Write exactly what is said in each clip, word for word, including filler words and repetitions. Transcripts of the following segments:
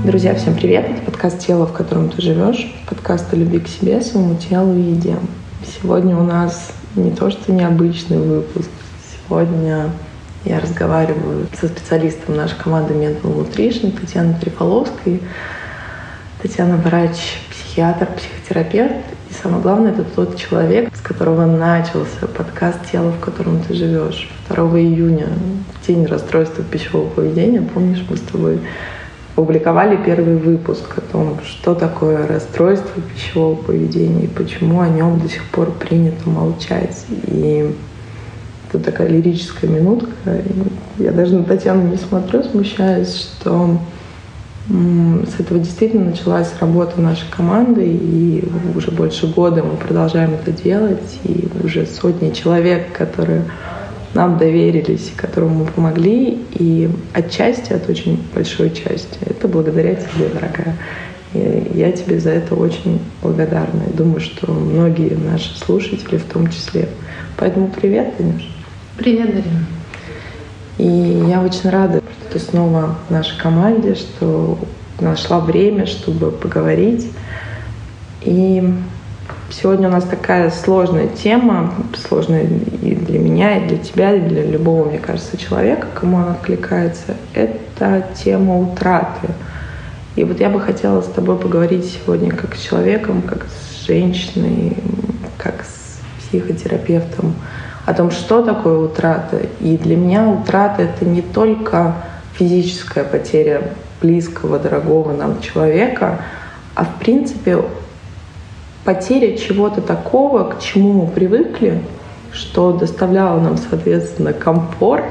Друзья, всем привет! Это подкаст «Тело, в котором ты живешь», подкаст о любви к себе, своему телу и еде. Сегодня у нас не то что необычный выпуск. Сегодня я разговариваю со специалистом нашей команды Mental Nutrition Татьяной Трифоловской. Татьяна врач, психиатр, психотерапевт. И самое главное, это тот человек, с которого начался подкаст «Тело, в котором ты живешь». второго июня, в день расстройства пищевого поведения, помнишь, мы с тобой опубликовали первый выпуск о том, что такое расстройство пищевого поведения и почему о нем до сих пор принято молчать. И это такая лирическая минутка. Я даже на Татьяну не смотрю, смущаюсь, что с этого действительно началась работа нашей команды, и уже больше года мы продолжаем это делать, и уже сотни человек, которые нам доверились, которым мы помогли, и отчасти, от очень большой части, это благодаря тебе, дорогая. И я тебе за это очень благодарна. И думаю, что многие наши слушатели в том числе. Поэтому привет, Танюш. Привет, Дарина. И я очень рада, что ты снова в нашей команде, что нашла время, чтобы поговорить. И сегодня у нас такая сложная тема, сложная и для меня, и для тебя, и для любого, мне кажется, человека, кому она откликается. Это тема утраты. И вот я бы хотела с тобой поговорить сегодня как с человеком, как с женщиной, как с психотерапевтом о том, что такое утрата. И для меня утрата — это не только физическая потеря близкого, дорогого нам человека, а в принципе потеря чего-то такого, к чему мы привыкли, что доставляло нам, соответственно, комфорт,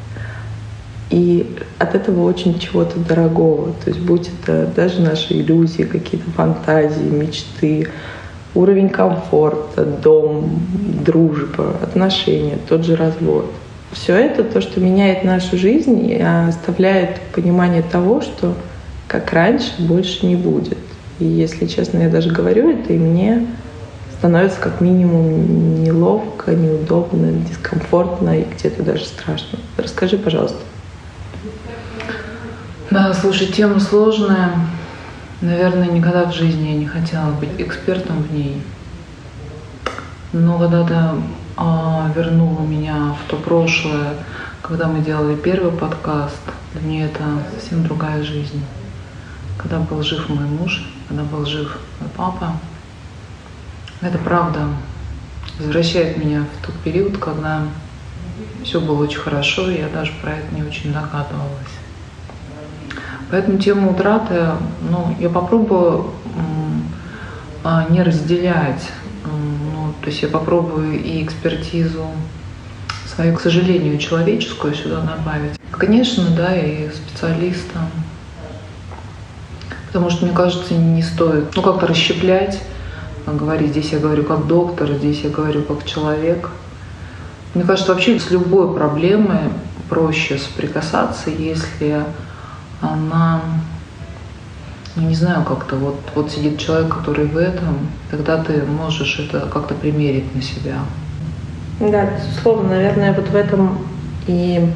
и от этого очень чего-то дорогого. То есть будь это даже наши иллюзии, какие-то фантазии, мечты, уровень комфорта, дом, дружба, отношения, тот же развод. Все это то, что меняет нашу жизнь и оставляет понимание того, что как раньше больше не будет. И если честно, я даже говорю это, и мне становится как минимум неловко, неудобно, дискомфортно и где-то даже страшно. Расскажи, пожалуйста. Да, слушай, тема сложная. Наверное, никогда в жизни я не хотела быть экспертом в ней. Но когда-то а, вернула меня в то прошлое, когда мы делали первый подкаст, для меня это совсем другая жизнь. Когда был жив мой муж, когда был жив мой папа. Это правда возвращает меня в тот период, когда все было очень хорошо, и я даже про это не очень догадывалась. Поэтому тему утраты, ну, я попробую м, не разделять. Ну, то есть я попробую и экспертизу свою, к сожалению, человеческую сюда добавить. Конечно, да, и специалиста. Потому что, мне кажется, не стоит, ну, как-то расщеплять, говорить, здесь я говорю как доктор, здесь я говорю как человек. Мне кажется, вообще с любой проблемой проще соприкасаться, если она, ну, не знаю, как-то вот, вот сидит человек, который в этом, тогда ты можешь это как-то примерить на себя. Да, безусловно, наверное, вот в этом и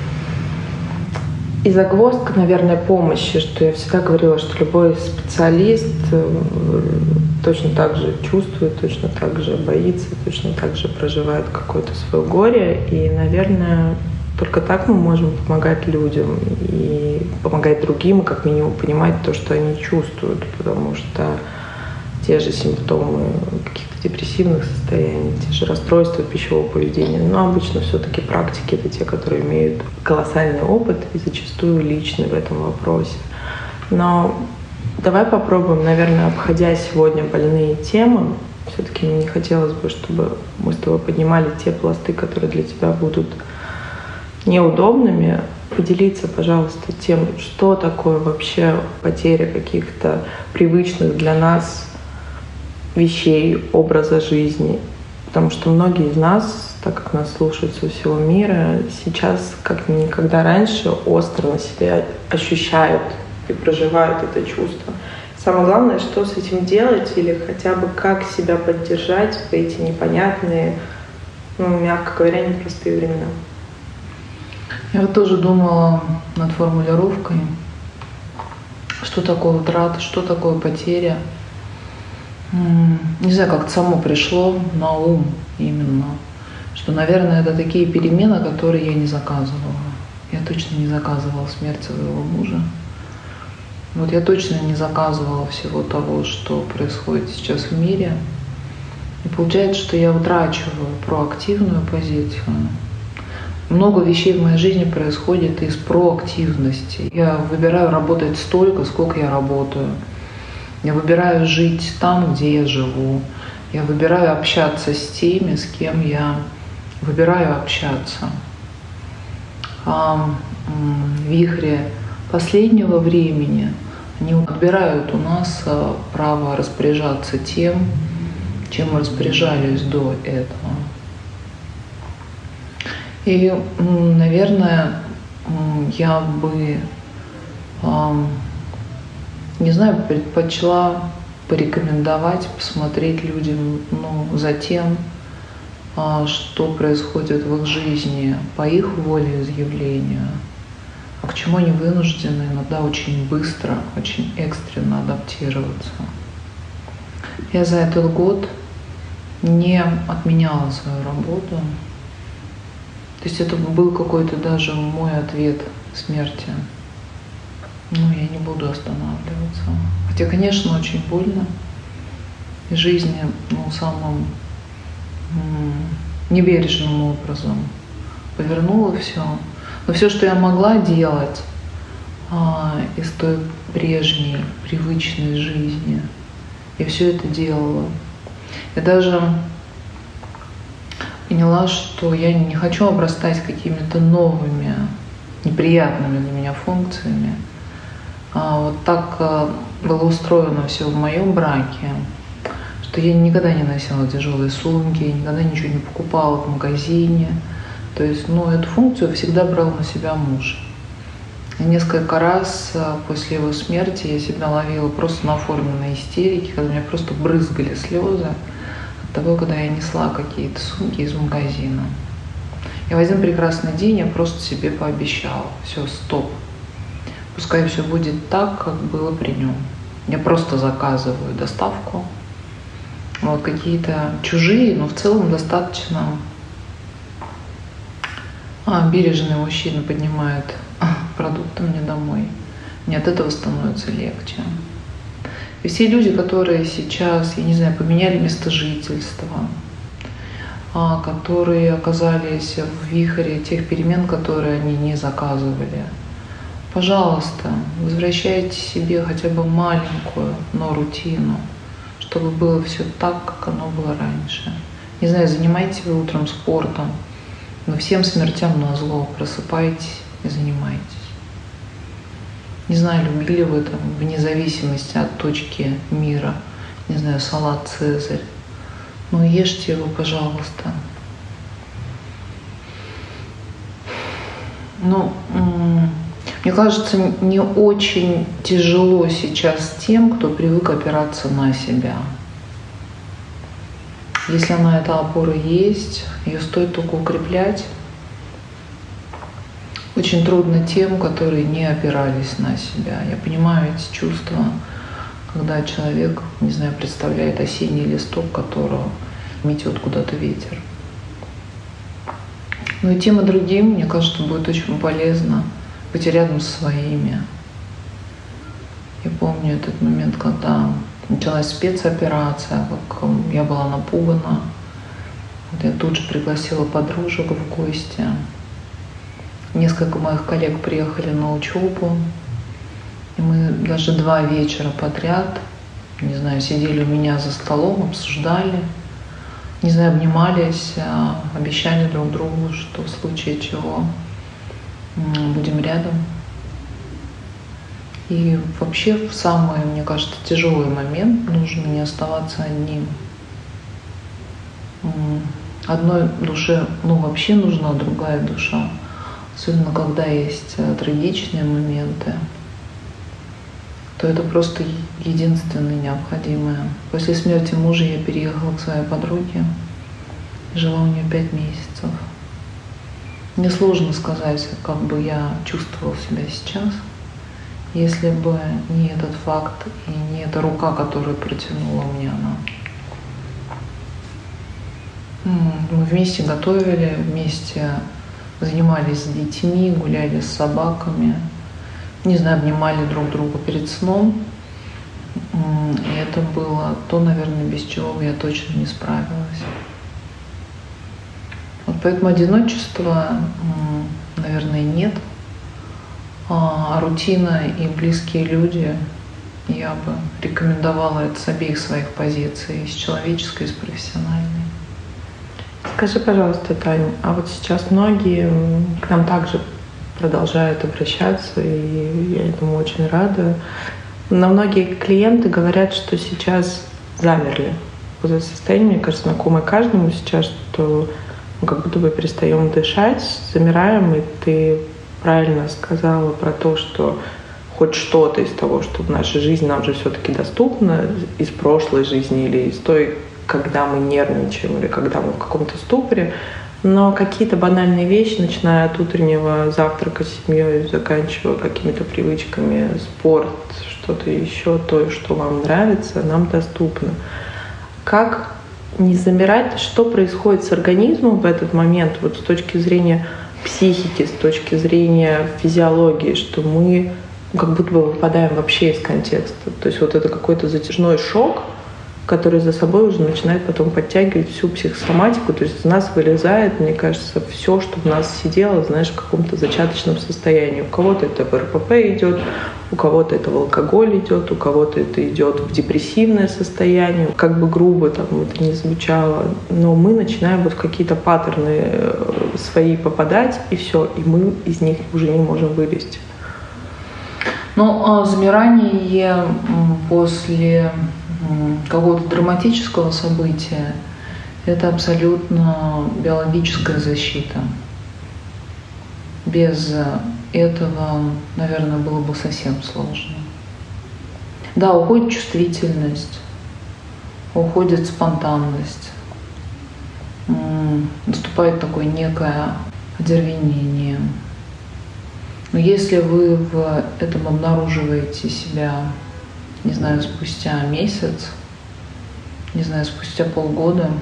И загвоздка, наверное, помощи, что я всегда говорила, что любой специалист точно так же чувствует, точно так же боится, точно так же проживает какое-то свое горе. И, наверное, только так мы можем помогать людям и помогать другим, как минимум понимать то, что они чувствуют, потому что те же симптомы каких-то депрессивных состояний, те же расстройства пищевого поведения. Но обычно все-таки практики — это те, которые имеют колоссальный опыт и зачастую личный в этом вопросе. Но давай попробуем, наверное, обходя сегодня больные темы. Все-таки мне не хотелось бы, чтобы мы с тобой поднимали те пласты, которые для тебя будут неудобными. Поделиться, пожалуйста, тем, что такое вообще потеря каких-то привычных для нас вещей, образа жизни. Потому что многие из нас, так как нас слушают со всего мира, сейчас, как никогда раньше, остро на себе ощущают и проживают это чувство. Самое главное, что с этим делать или хотя бы как себя поддержать в эти непонятные, ну, мягко говоря, непростые времена. Я вот тоже думала над формулировкой. что такое утрата, что такое потеря. Не знаю, как-то само пришло на ум именно, что, наверное, это такие перемены, которые я не заказывала. Я точно не заказывала смерть своего мужа. Вот я точно не заказывала всего того, что происходит сейчас в мире. И получается, что я утрачиваю проактивную позицию. Много вещей в моей жизни происходит из проактивности. Я выбираю работать столько, сколько я работаю. Я выбираю жить там, где я живу. Я выбираю общаться с теми, с кем я выбираю общаться. А вихри последнего времени, они отбирают у нас право распоряжаться тем, чем мы распоряжались до этого. И, наверное, я бы, не знаю, предпочла порекомендовать, посмотреть людям, ну, за тем, что происходит в их жизни по их волеизъявлению, а к чему они вынуждены иногда очень быстро, очень экстренно адаптироваться. Я за этот год не отменяла свою работу. То есть это был какой-то даже мой ответ смерти. Ну, я не буду останавливаться. Хотя, конечно, очень больно. И жизнь, ну, самым м- небережным образом повернула все. Но все, что я могла делать а, из той прежней, привычной жизни, я все это делала. Я даже поняла, что я не хочу обрастать какими-то новыми, неприятными для меня функциями. А вот так было устроено все в моем браке, что я никогда не носила тяжелые сумки, я никогда ничего не покупала в магазине. То есть, ну, эту функцию всегда брал на себя муж. И несколько раз после его смерти я себя ловила просто на оформленной истерике, когда у меня просто брызгали слезы от того, когда я несла какие-то сумки из магазина. И в один прекрасный день я просто себе пообещала: все, стоп. Пускай все будет так, как было при нем. Я просто заказываю доставку. Вот какие-то чужие, но в целом достаточно а, бережные мужчины поднимают продукты мне домой. Мне от этого становится легче. И все люди, которые сейчас, я не знаю, поменяли место жительства, а, которые оказались в вихре тех перемен, которые они не заказывали, пожалуйста, возвращайте себе хотя бы маленькую, но рутину, чтобы было все так, как оно было раньше. Не знаю, занимаетесь вы утром спортом, но всем смертям назло просыпайтесь и занимайтесь. Не знаю, любили вы там, вне зависимости от точки мира, не знаю, салат «Цезарь», но ешьте его, пожалуйста. Ну, мне кажется, не очень тяжело сейчас тем, кто привык опираться на себя. Если она, эта опора есть, ее стоит только укреплять. Очень трудно тем, которые не опирались на себя. Я понимаю эти чувства, когда человек, не знаю, представляет осенний листок, которого метет куда-то ветер. Но и тем, и другим, мне кажется, будет очень полезно быть рядом со своими. Я помню этот момент, когда началась спецоперация, как я была напугана. Вот я тут же пригласила подружек в гости. Несколько моих коллег приехали на учебу. И мы даже два вечера подряд, не знаю, сидели у меня за столом, обсуждали, не знаю, обнимались, обещали друг другу, что в случае чего будем рядом. И вообще в самый, мне кажется, тяжелый момент нужно не оставаться одним. Одной душе, ну, вообще нужна другая душа. Особенно когда есть трагичные моменты, то это просто единственное необходимое. После смерти мужа я переехала к своей подруге, жила у нее пять месяцев. Мне сложно сказать, как бы я чувствовала себя сейчас. если бы не этот факт и не эта рука, которую протянула мне она. Мы вместе готовили, вместе занимались с детьми, гуляли с собаками, не знаю, обнимали друг друга перед сном. И это было то, наверное, без чего бы я точно не справилась. Вот поэтому одиночества, наверное, нет. А рутина и близкие люди, я бы рекомендовала это с обеих своих позиций, с человеческой и с профессиональной. Скажи, пожалуйста, Таня, а вот сейчас многие к нам также продолжают обращаться, и я этому очень рада. Но многие клиенты говорят, что сейчас замерли. Вот это состояние, мне кажется, знакомое каждому сейчас, что мы как будто бы перестаем дышать, замираем, и ты правильно сказала про то, что хоть что-то из того, что в нашей жизни нам же все-таки доступно, из прошлой жизни или из той, когда мы нервничаем или когда мы в каком-то ступоре, но какие-то банальные вещи, начиная от утреннего завтрака с семьей, заканчивая какими-то привычками, спорт, что-то еще, то, что вам нравится, нам доступно. Как не замирать, что происходит с организмом в этот момент, вот с точки зрения психики, с точки зрения физиологии, что мы как будто бы выпадаем вообще из контекста. То есть вот это какой-то затяжной шок, который за собой уже начинает потом подтягивать всю психосоматику. То есть из нас вылезает, мне кажется, все, что в нас сидело, знаешь, в каком-то зачаточном состоянии. У кого-то это в эр пэ пэ идет, у кого-то это в алкоголь идет, у кого-то это идет в депрессивное состояние. Как бы грубо там это ни звучало, но мы начинаем вот в какие-то паттерны свои попадать, и все, и мы из них уже не можем вылезти. Ну, замирание после какого-то драматического события — это абсолютно биологическая защита. Без этого, наверное, было бы совсем сложно. Да, уходит чувствительность, уходит спонтанность, наступает такое некое одервенение. Но если вы в этом обнаруживаете себя, не знаю, спустя месяц, не знаю, спустя полгода,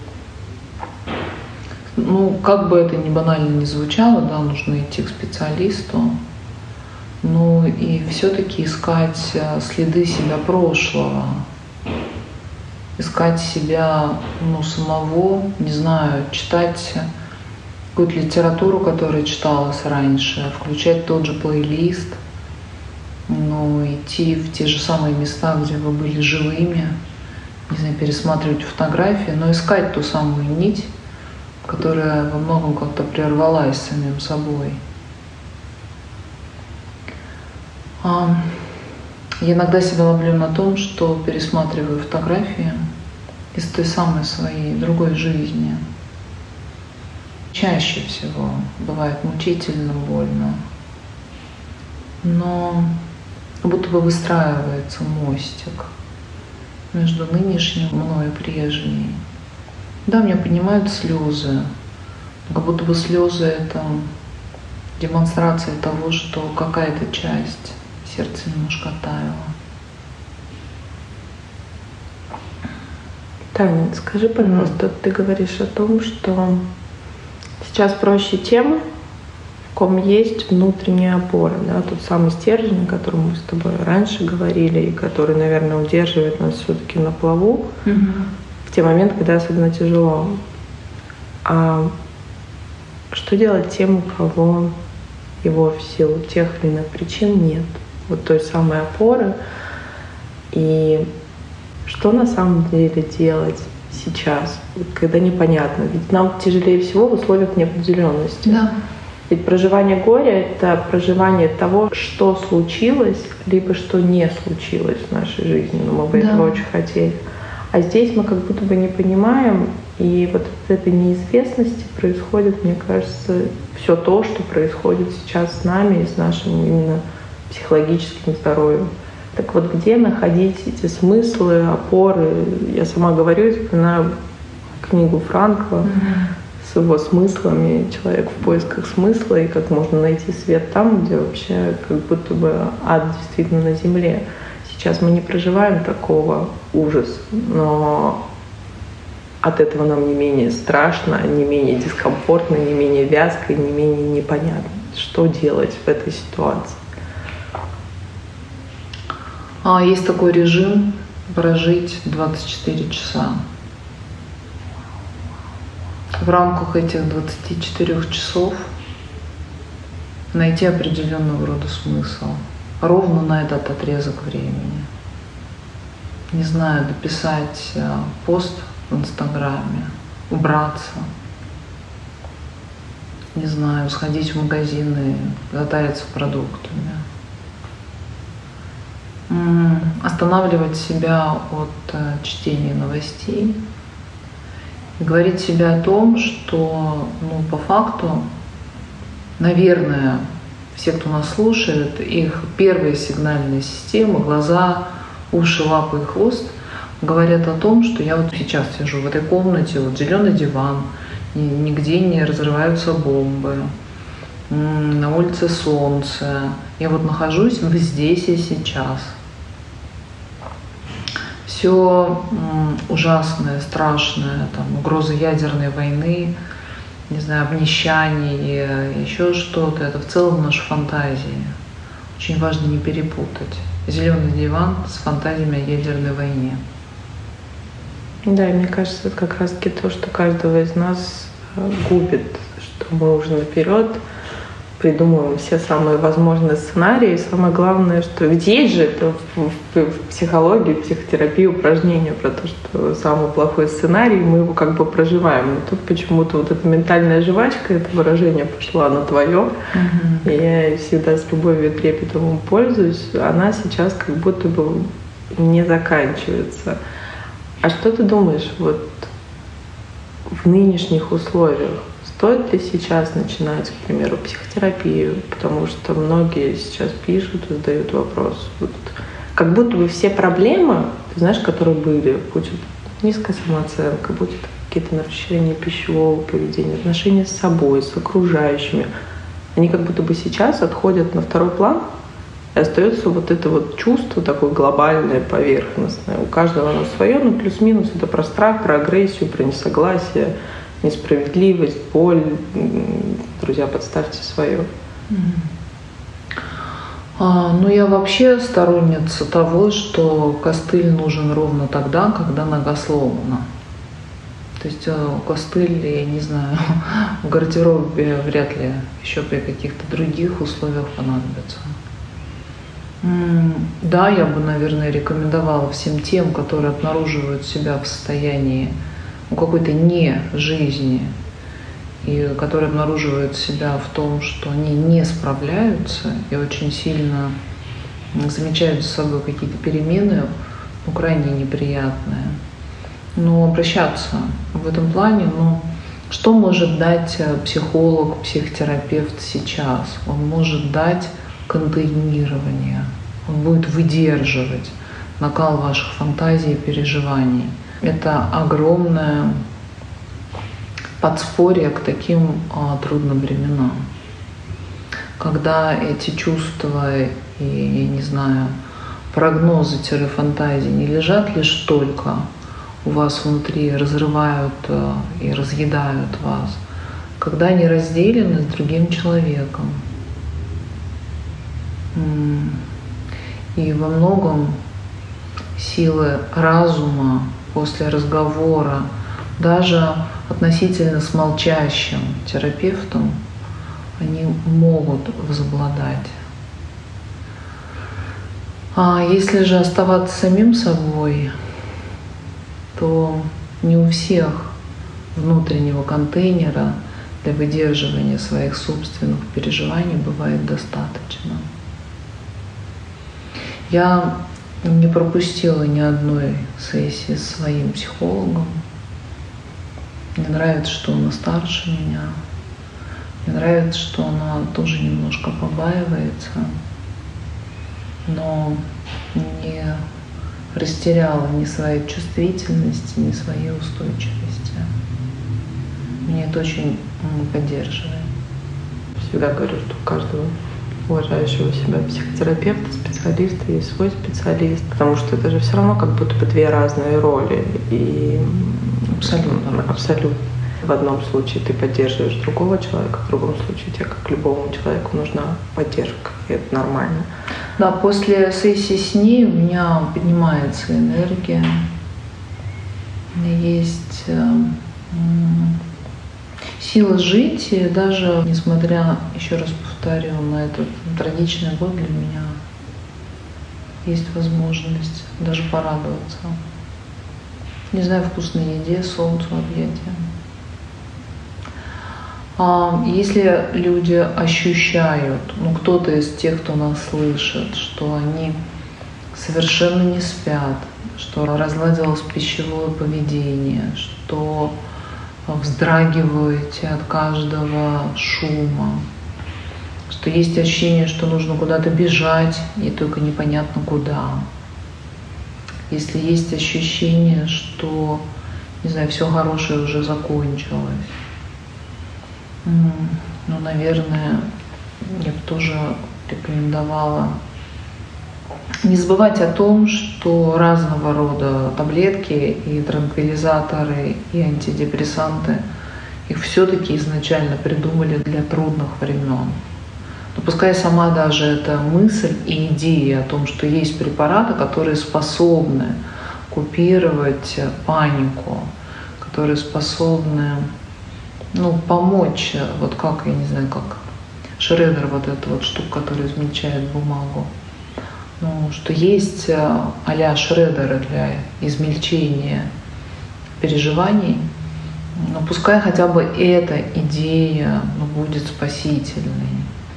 ну, как бы это ни банально ни звучало, да, нужно идти к специалисту, ну и все-таки искать следы себя прошлого, искать себя, ну, самого, не знаю, читать какую-то литературу, которая читалась раньше, включать тот же плейлист, ну, идти в те же самые места, где вы были живыми, не знаю, пересматривать фотографии, но искать ту самую нить, которая во многом как-то прервалась с самим собой. Я иногда себя ловлю на том, что пересматриваю фотографии из той самой своей другой жизни. Чаще всего бывает мучительно, больно, но будто бы выстраивается мостик между нынешним мной и прежней. Да, меня поднимают слезы, как будто бы слезы — это демонстрация того, что какая-то часть сердца немножко таяла. Таня, скажи, пожалуйста, ты говоришь о том, что сейчас проще тем, в ком есть внутренняя опора, да, тот самый стержень, о котором мы с тобой раньше говорили, и который, наверное, удерживает нас все-таки на плаву mm-hmm. в те моменты, когда особенно тяжело. А что делать тем, у кого его в силу тех или иных причин нет? Вот той самой опоры. И что на самом деле делать сейчас, когда непонятно? Ведь нам тяжелее всего в условиях неопределенности. Да. Ведь проживание горя — это проживание того, что случилось, либо что не случилось в нашей жизни. Но мы бы да. этого очень хотели. А здесь мы как будто бы не понимаем, и вот от этой неизвестности происходит, мне кажется, все то, что происходит сейчас с нами и с нашим именно психологическим здоровьем. Так вот, где находить эти смыслы, опоры? Я сама говорю, я вспоминаю книгу Франкла mm-hmm. его смыслами, человек в поисках смысла, и как можно найти свет там, где вообще как будто бы ад действительно на земле. Сейчас мы не проживаем такого ужаса, но от этого нам не менее страшно, не менее дискомфортно, не менее вязко, не менее непонятно, что делать в этой ситуации. А есть такой режим прожить двадцать четыре часа. В рамках этих двадцати четырёх часов найти определенного рода смысл ровно на этот отрезок времени. Не знаю, дописать пост в Инстаграме, убраться, не знаю, сходить в магазины, затариться продуктами, останавливать себя от чтения новостей, говорить себе о том, что, ну, по факту, наверное, все, кто нас слушает, их первые сигнальные системы, глаза, уши, лапы и хвост, говорят о том, что я вот сейчас сижу в этой комнате, вот зеленый диван, нигде не разрываются бомбы, на улице солнце, я вот нахожусь в здесь и сейчас. Все ужасное, страшное, там, угроза ядерной войны, не знаю, обнищание, еще что-то, это в целом наши фантазии. Очень важно не перепутать зеленый диван с фантазиями о ядерной войне. Да, и мне кажется, это как раз-таки то, что каждого из нас губит, что мы уже наперед придумываем все самые возможные сценарии. И самое главное, что ведь есть же это в, в, в психологии, в психотерапии упражнение про то, что самый плохой сценарий, мы его как бы проживаем. Но тут почему-то вот эта ментальная жвачка, это выражение пошла на твое. Mm-hmm. И я всегда с любовью и трепетом им пользуюсь. Она сейчас как будто бы не заканчивается. А что ты думаешь вот в нынешних условиях? Стоит ли сейчас начинать, к примеру, психотерапию? Потому что многие сейчас пишут и задают вопрос. Вот, как будто бы все проблемы, ты знаешь, которые были, будь это низкая самооценка, будь это какие-то нарушения пищевого поведения, отношения с собой, с окружающими, они как будто бы сейчас отходят на второй план, и остается вот это вот чувство такое глобальное, поверхностное. У каждого оно свое, но плюс-минус это про страх, про агрессию, про несогласие, несправедливость, боль. Друзья, подставьте свое. А, ну, я вообще сторонница того, что костыль нужен ровно тогда, когда нога сломана. То есть костыль, я не знаю, в гардеробе вряд ли еще при каких-то других условиях понадобится. Да, я бы, наверное, рекомендовала всем тем, которые обнаруживают себя в состоянии какой-то не жизни, и которые обнаруживают себя в том, что они не справляются и очень сильно замечают за собой какие-то перемены, ну, крайне неприятные. Но обращаться в этом плане, ну, что может дать психолог, психотерапевт сейчас? Он может дать контейнирование, он будет выдерживать накал ваших фантазий и переживаний. Это огромное подспорье к таким а, трудным временам, когда эти чувства и, я не знаю, прогнозы-фантазии не лежат лишь только у вас внутри, разрывают а, и разъедают вас, когда они разделены с другим человеком. И во многом силы разума после разговора, даже относительно с молчащим терапевтом, они могут возобладать. А если же оставаться самим собой, то не у всех внутреннего контейнера для выдерживания своих собственных переживаний бывает достаточно. Я не пропустила ни одной сессии с своим психологом. Мне нравится, что она старше меня. Мне нравится, что она тоже немножко побаивается, но не растеряла ни своей чувствительности, ни своей устойчивости. меня это очень поддерживает. Всегда говорю, что у каждого уважающего себя психотерапевта, специалиста есть свой специалист, потому что это же все равно как будто бы две разные роли. И абсолютно. Абсолютно. В одном случае ты поддерживаешь другого человека, в другом случае тебе, как любому человеку, нужна поддержка, и это нормально. Да, после сессии с ней у меня поднимается энергия, у меня есть сила жить, и даже несмотря, еще раз повторю, на этот трагичный год, для меня есть возможность даже порадоваться. Не знаю, вкусной еде, солнцу, объятиям. А если люди ощущают, ну кто-то из тех, кто нас слышит, что они совершенно не спят, что разладилось пищевое поведение, что вздрагиваете от каждого шума, что есть ощущение, что нужно куда-то бежать, и только непонятно куда. Если есть ощущение, что, не знаю, все хорошее уже закончилось, ну, наверное, я бы тоже рекомендовала не забывать о том, что разного рода таблетки и транквилизаторы и антидепрессанты, их все-таки изначально придумали для трудных времен. Но пускай сама даже эта мысль и идея о том, что есть препараты, которые способны купировать панику, которые способны, ну, помочь, вот как, я не знаю, как шредер, вот эта вот штука, которая измельчает бумагу, ну, что есть а-ля шредеры для измельчения переживаний, но пускай хотя бы эта идея, ну, будет спасительной.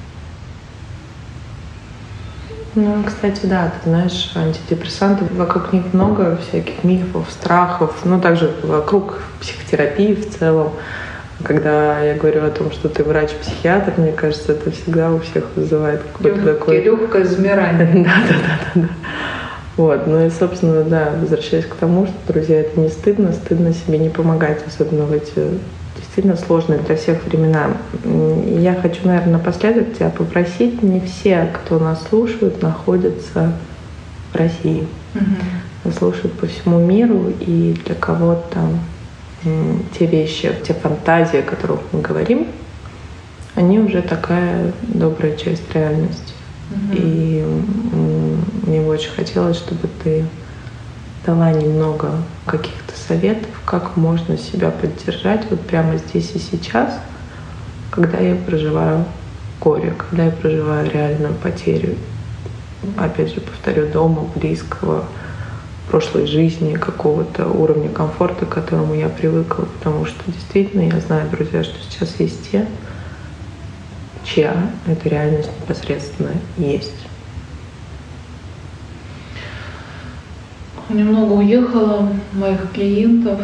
Ну, кстати, да, ты знаешь, антидепрессанты, вокруг них много всяких мифов, страхов, ну, также вокруг психотерапии в целом. Когда я говорю о том, что ты врач-психиатр, мне кажется, это всегда у всех вызывает какое-то такое... легкое замирание. Да, да, да, да, да. Вот, ну и, собственно, да, возвращаясь к тому, что, друзья, это не стыдно, стыдно себе не помогать, особенно в эти действительно сложные для всех времена. И я хочу, наверное, напоследок тебя попросить, не все, кто нас слушают, находятся в России. Угу. Нас слушают по всему миру, и для кого-то те вещи, те фантазии, о которых мы говорим, они уже такая добрая часть реальности. Mm-hmm. И мне бы очень хотелось, чтобы ты дала немного каких-то советов, как можно себя поддержать вот прямо здесь и сейчас, когда я проживаю горе, когда я проживаю реальную потерю. Опять же, повторю, дома, близкого, прошлой жизни, какого-то уровня комфорта, к которому я привыкла, потому что действительно я знаю, друзья, что сейчас есть те, чья эта реальность непосредственно есть. Немного уехало моих клиентов,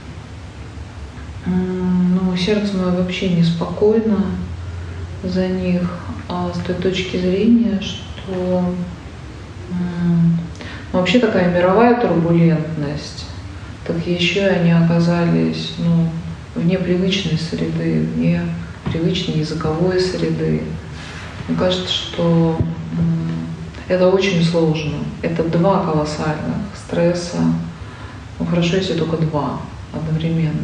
но сердце мое вообще неспокойно за них, а с той точки зрения, что вообще такая мировая турбулентность, так еще и они оказались, ну, вне привычной среды, вне привычной языковой среды. Мне кажется, что это очень сложно. Это два колоссальных стресса. Ну, хорошо, если только два одновременно.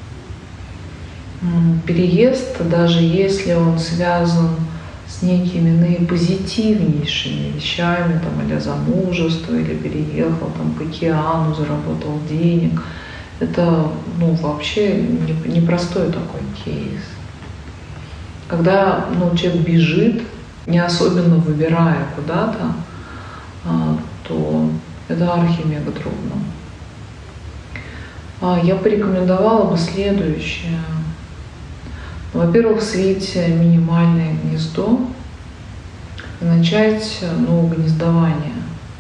Переезд, даже если он связан с некими наипозитивнейшими вещами, там, или замужество, или переехал там, к океану, заработал денег. Это, ну, вообще непростой не такой кейс. Когда, ну, человек бежит, не особенно выбирая куда-то, а, то это архимега трудно. А, я порекомендовала бы следующее. Во-первых, свить минимальное гнездо и начать, ну, гнездование.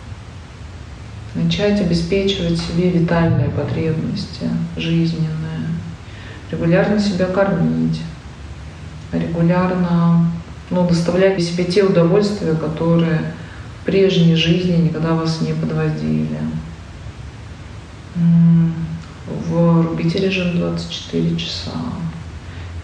Начать обеспечивать себе витальные потребности, жизненные. Регулярно себя кормить. Регулярно, ну, доставлять себе те удовольствия, которые в прежней жизни никогда вас не подводили. Врубите режим двадцать четыре часа.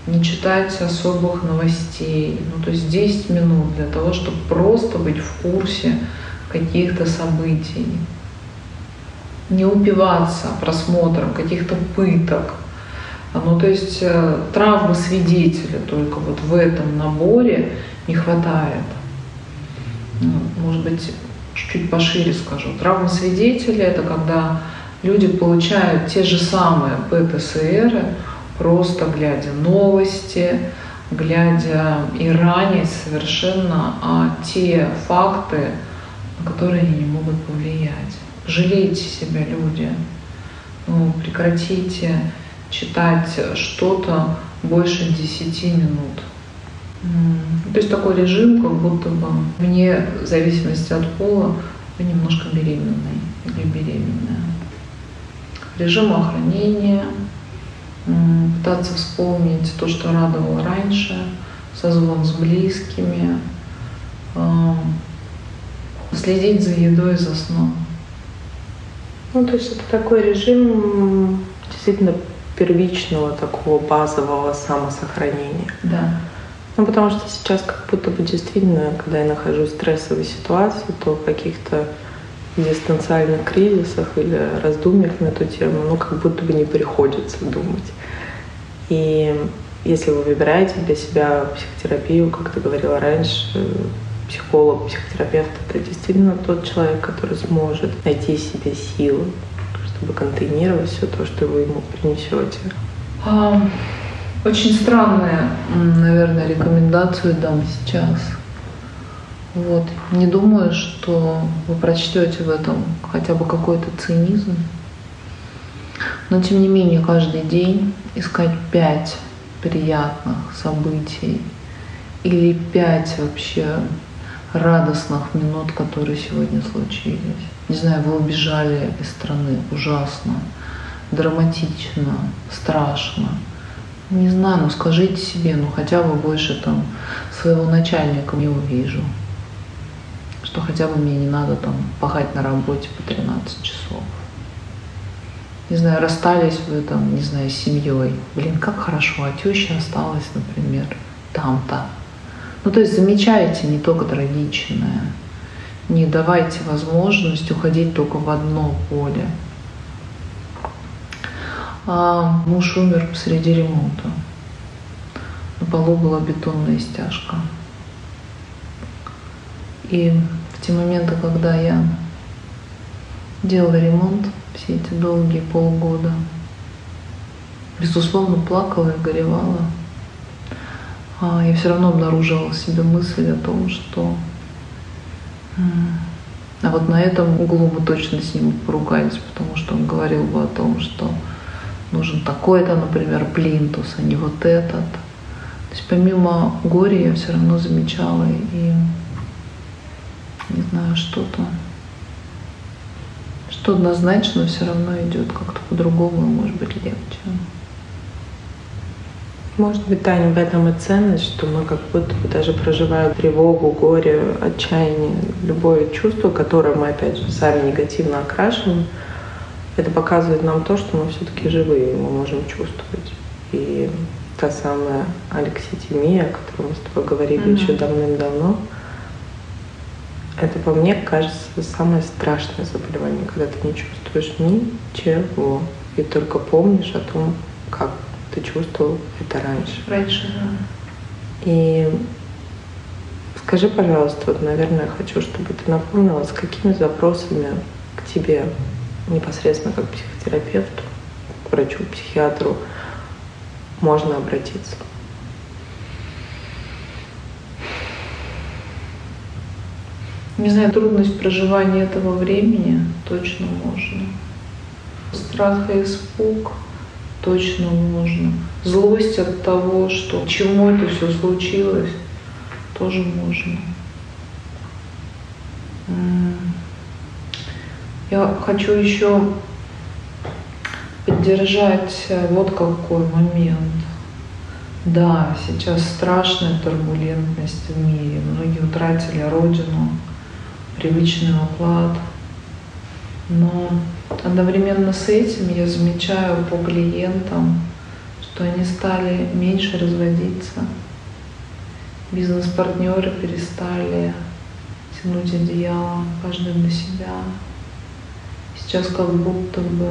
не читать особых новостей. Ну, то есть десять минут для того, чтобы просто быть в курсе каких-то событий. Не упиваться просмотром каких-то пыток. Ну, то есть травмы свидетеля только вот в этом наборе не хватает. Может быть, чуть-чуть пошире скажу. Травма свидетеля — это когда люди получают те же самые ПТСР, просто глядя новости, глядя и ранясь совершенно а те факты, на которые они не могут повлиять. Жалейте себя, люди. Ну, прекратите читать что-то больше десяти минут. То есть такой режим, как будто бы вне зависимости от пола вы немножко беременный или беременная. Режим охранения, пытаться вспомнить то, что радовало раньше, созвон с близкими, следить за едой и за сном. Ну, то есть это такой режим действительно первичного, такого базового самосохранения. Да. Ну, потому что сейчас как будто бы действительно, когда я нахожусь в стрессовой ситуации, то в каких-то экзистенциальных кризисах или раздумьях на эту тему, ну, как будто бы не приходится думать. И если вы выбираете для себя психотерапию, как ты говорила раньше, психолог, психотерапевт — это действительно тот человек, который сможет найти себе силы, чтобы контейнировать все то, что вы ему принесете. Очень странные, наверное, рекомендации дам сейчас. Вот. Не думаю, что вы прочтете в этом хотя бы какой-то цинизм. Но тем не менее, каждый день искать пять приятных событий или пять вообще радостных минут, которые сегодня случились. Не знаю, вы убежали из страны, ужасно, драматично, страшно. Не знаю, ну скажите себе, ну хотя бы больше там своего начальника не увижу. Что хотя бы мне не надо там пахать на работе по тринадцать часов. Не знаю, расстались вы там, не знаю, с семьей. Блин, как хорошо, а теща осталась, например, там-то. Ну то есть замечайте не только трагичное. Не давайте возможность уходить только в одно поле. А муж умер посреди ремонта. На полу была бетонная стяжка. И в те моменты, когда я делала ремонт, все эти долгие полгода, безусловно, плакала и горевала. А я все равно обнаруживала в себе мысль о том, что а вот на этом углу мы точно с ним поругались, потому что он говорил бы о том, что нужен такой-то, например, плинтус, а не вот этот. То есть помимо горя я все равно замечала и, не знаю, что-то, что однозначно все равно идет как-то по-другому, и может быть легче. Может быть, Таня, в этом и ценность, что мы как будто бы даже проживая тревогу, горе, отчаяние, любое чувство, которое мы, опять же, сами негативно окрашиваем, это показывает нам то, что мы все-таки живые, и мы можем чувствовать. И та самая алекситимия, о которой мы с тобой говорили mm-hmm. еще давным-давно, это, по мне, кажется, самое страшное заболевание, когда ты не чувствуешь ничего, и только помнишь о том, как ты чувствовал это раньше. Раньше, да. И скажи, пожалуйста, вот, наверное, я хочу, чтобы ты напомнила, с какими запросами к тебе непосредственно как психотерапевту, врачу, психиатру можно обратиться? Не знаю, трудность проживания этого времени точно можно. Страх и испуг точно можно. Злость от того, что чему это все случилось, тоже можно. Я хочу еще поддержать вот какой момент. Да, сейчас страшная турбулентность в мире. Многие утратили родину, привычный уклад. Но одновременно с этим я замечаю по клиентам, что они стали меньше разводиться. Бизнес-партнеры перестали тянуть одеяло каждый на себя. Сейчас как будто бы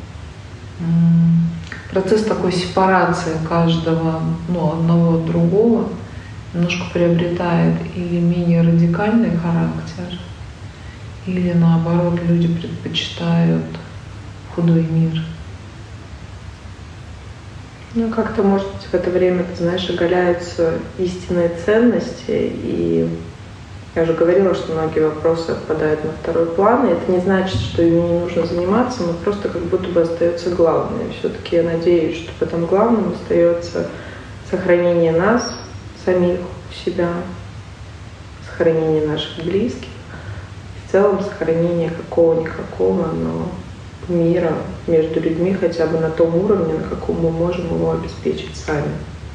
процесс такой сепарации каждого, ну, одного от другого немножко приобретает или менее радикальный характер, или наоборот люди предпочитают худой мир. Ну, как-то, может быть, в это время, ты знаешь, оголяются истинные ценности, и я уже говорила, что многие вопросы отпадают на второй план, и это не значит, что ими не нужно заниматься, но просто как будто бы остается главное. Все-таки я надеюсь, что в этом главном остается сохранение нас, самих у себя, сохранение наших близких, в целом сохранение какого-никакого, но мира между людьми хотя бы на том уровне, на каком мы можем его обеспечить сами.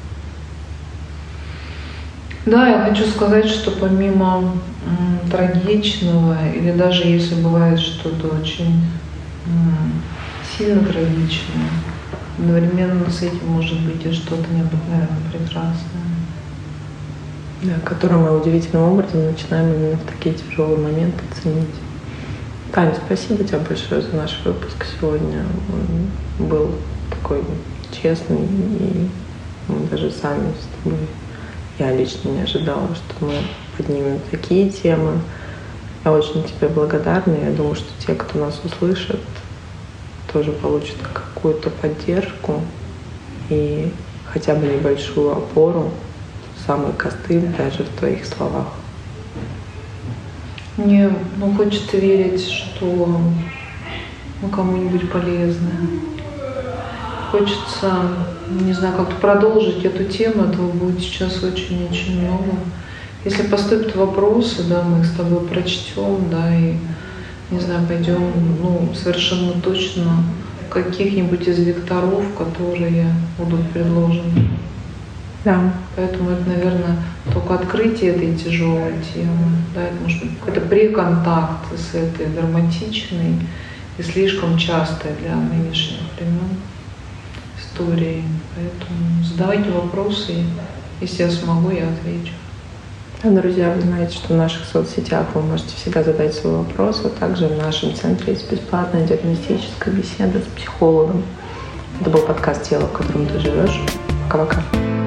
Да, я хочу сказать, что помимо м, трагичного, или даже если бывает что-то очень м, сильно трагичное, одновременно с этим может быть и что-то необыкновенно прекрасное. Да, которое мы удивительным образом начинаем именно в такие тяжелые моменты ценить. Таня, спасибо тебе большое за наш выпуск сегодня. Он был такой честный, и мы даже сами с тобой, я лично не ожидала, что мы поднимем такие темы. Я очень тебе благодарна. Я думаю, что те, кто нас услышит, тоже получат какую-то поддержку и хотя бы небольшую опору, самый костыль даже в твоих словах. Мне ну, хочется верить, что ну, кому-нибудь полезное. Хочется, не знаю, как-то продолжить эту тему, этого будет сейчас очень-очень много. Если поступят вопросы, да, мы их с тобой прочтем, да, и, не знаю, пойдем, ну, совершенно точно каких-нибудь из векторов, которые будут предложены. Да. Поэтому это, наверное, только открытие этой тяжелой темы. Да, это может быть какой-то преконтакт с этой драматичной и слишком частой для нынешних времен историей. Поэтому задавайте вопросы, и если я смогу, я отвечу. Да, друзья, вы знаете, что в наших соцсетях вы можете всегда задать свой вопрос, а также в нашем центре есть бесплатная диагностическая беседа с психологом. Это был подкаст «Тело, в котором ты живешь». Пока-пока.